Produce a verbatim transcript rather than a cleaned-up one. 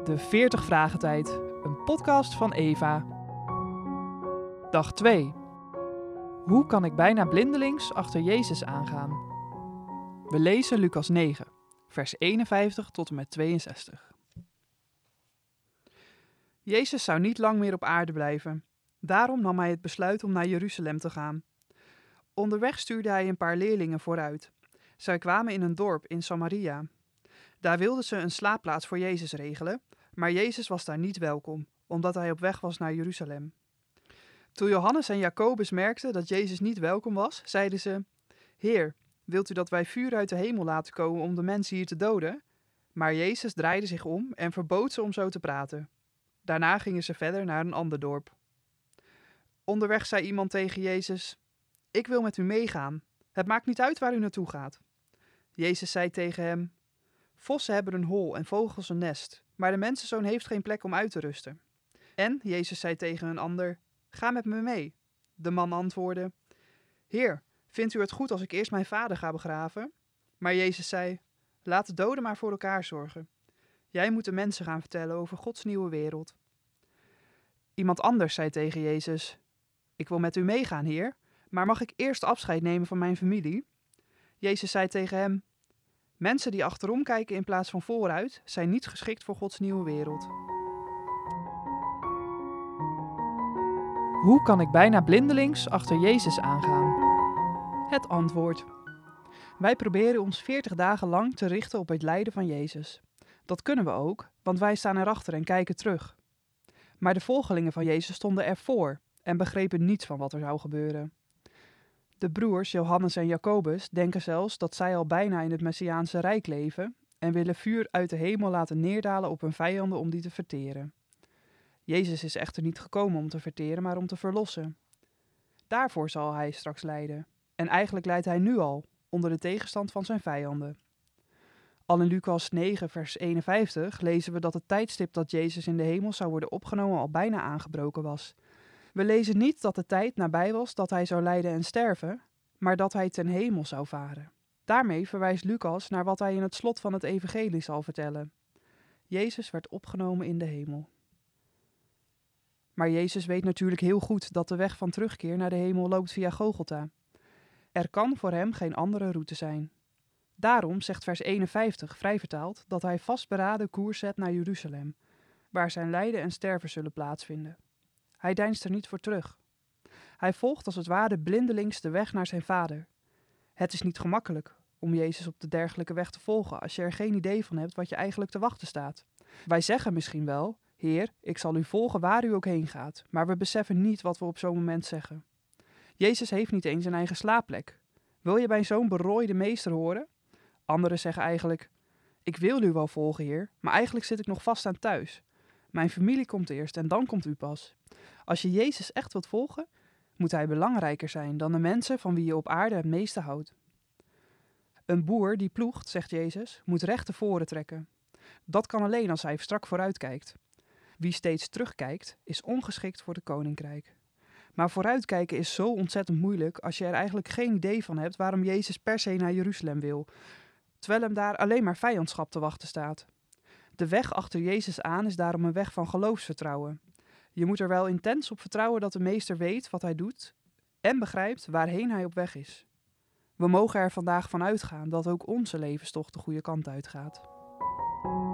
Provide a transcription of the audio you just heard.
De veertig vragen tijd, een podcast van Eva. Dag twee. Hoe kan ik bijna blindelings achter Jezus aangaan? We lezen Lucas negen, vers eenenvijftig tot en met tweeënzestig. Jezus zou niet lang meer op aarde blijven. Daarom nam hij het besluit om naar Jeruzalem te gaan. Onderweg stuurde hij een paar leerlingen vooruit. Zij kwamen in een dorp in Samaria. Daar wilden ze een slaapplaats voor Jezus regelen, maar Jezus was daar niet welkom, omdat hij op weg was naar Jeruzalem. Toen Johannes en Jacobus merkten dat Jezus niet welkom was, zeiden ze: Heer, wilt u dat wij vuur uit de hemel laten komen om de mensen hier te doden? Maar Jezus draaide zich om en verbood ze om zo te praten. Daarna gingen ze verder naar een ander dorp. Onderweg zei iemand tegen Jezus: Ik wil met u meegaan. Het maakt niet uit waar u naartoe gaat. Jezus zei tegen hem: Vossen hebben een hol en vogels een nest, maar de mensenzoon heeft geen plek om uit te rusten. En Jezus zei tegen een ander: Ga met me mee. De man antwoordde: Heer, vindt u het goed als ik eerst mijn vader ga begraven? Maar Jezus zei: Laat de doden maar voor elkaar zorgen. Jij moet de mensen gaan vertellen over Gods nieuwe wereld. Iemand anders zei tegen Jezus: Ik wil met u meegaan, Heer, maar mag ik eerst afscheid nemen van mijn familie? Jezus zei tegen hem: Mensen die achterom kijken in plaats van vooruit, zijn niet geschikt voor Gods nieuwe wereld. Hoe kan ik bijna blindelings achter Jezus aangaan? Het antwoord. Wij proberen ons veertig dagen lang te richten op het lijden van Jezus. Dat kunnen we ook, want wij staan erachter en kijken terug. Maar de volgelingen van Jezus stonden ervoor en begrepen niets van wat er zou gebeuren. De broers Johannes en Jacobus denken zelfs dat zij al bijna in het Messiaanse Rijk leven en willen vuur uit de hemel laten neerdalen op hun vijanden om die te verteren. Jezus is echter niet gekomen om te verteren, maar om te verlossen. Daarvoor zal hij straks lijden. En eigenlijk lijdt hij nu al, onder de tegenstand van zijn vijanden. Al in Lucas negen, vers eenenvijftig lezen we dat het tijdstip dat Jezus in de hemel zou worden opgenomen al bijna aangebroken was. We lezen niet dat de tijd nabij was dat hij zou lijden en sterven, maar dat hij ten hemel zou varen. Daarmee verwijst Lucas naar wat hij in het slot van het evangelie zal vertellen. Jezus werd opgenomen in de hemel. Maar Jezus weet natuurlijk heel goed dat de weg van terugkeer naar de hemel loopt via Golgotha. Er kan voor hem geen andere route zijn. Daarom zegt vers eenenvijftig, vrij vertaald, dat hij vastberaden koers zet naar Jeruzalem, waar zijn lijden en sterven zullen plaatsvinden. Hij deinst er niet voor terug. Hij volgt als het ware blindelings de weg naar zijn vader. Het is niet gemakkelijk om Jezus op de dergelijke weg te volgen als je er geen idee van hebt wat je eigenlijk te wachten staat. Wij zeggen misschien wel: Heer, ik zal u volgen waar u ook heen gaat, maar we beseffen niet wat we op zo'n moment zeggen. Jezus heeft niet eens een eigen slaapplek. Wil je bij zo'n berooide meester horen? Anderen zeggen eigenlijk: Ik wil u wel volgen, Heer, maar eigenlijk zit ik nog vast aan thuis. Mijn familie komt eerst en dan komt u pas. Als je Jezus echt wilt volgen, moet hij belangrijker zijn dan de mensen van wie je op aarde het meeste houdt. Een boer die ploegt, zegt Jezus, moet recht tevoren trekken. Dat kan alleen als hij strak vooruit kijkt. Wie steeds terugkijkt, is ongeschikt voor het koninkrijk. Maar vooruitkijken is zo ontzettend moeilijk als je er eigenlijk geen idee van hebt waarom Jezus per se naar Jeruzalem wil, terwijl hem daar alleen maar vijandschap te wachten staat. De weg achter Jezus aan is daarom een weg van geloofsvertrouwen. Je moet er wel intens op vertrouwen dat de meester weet wat hij doet en begrijpt waarheen hij op weg is. We mogen er vandaag van uitgaan dat ook onze levenstocht de goede kant uitgaat.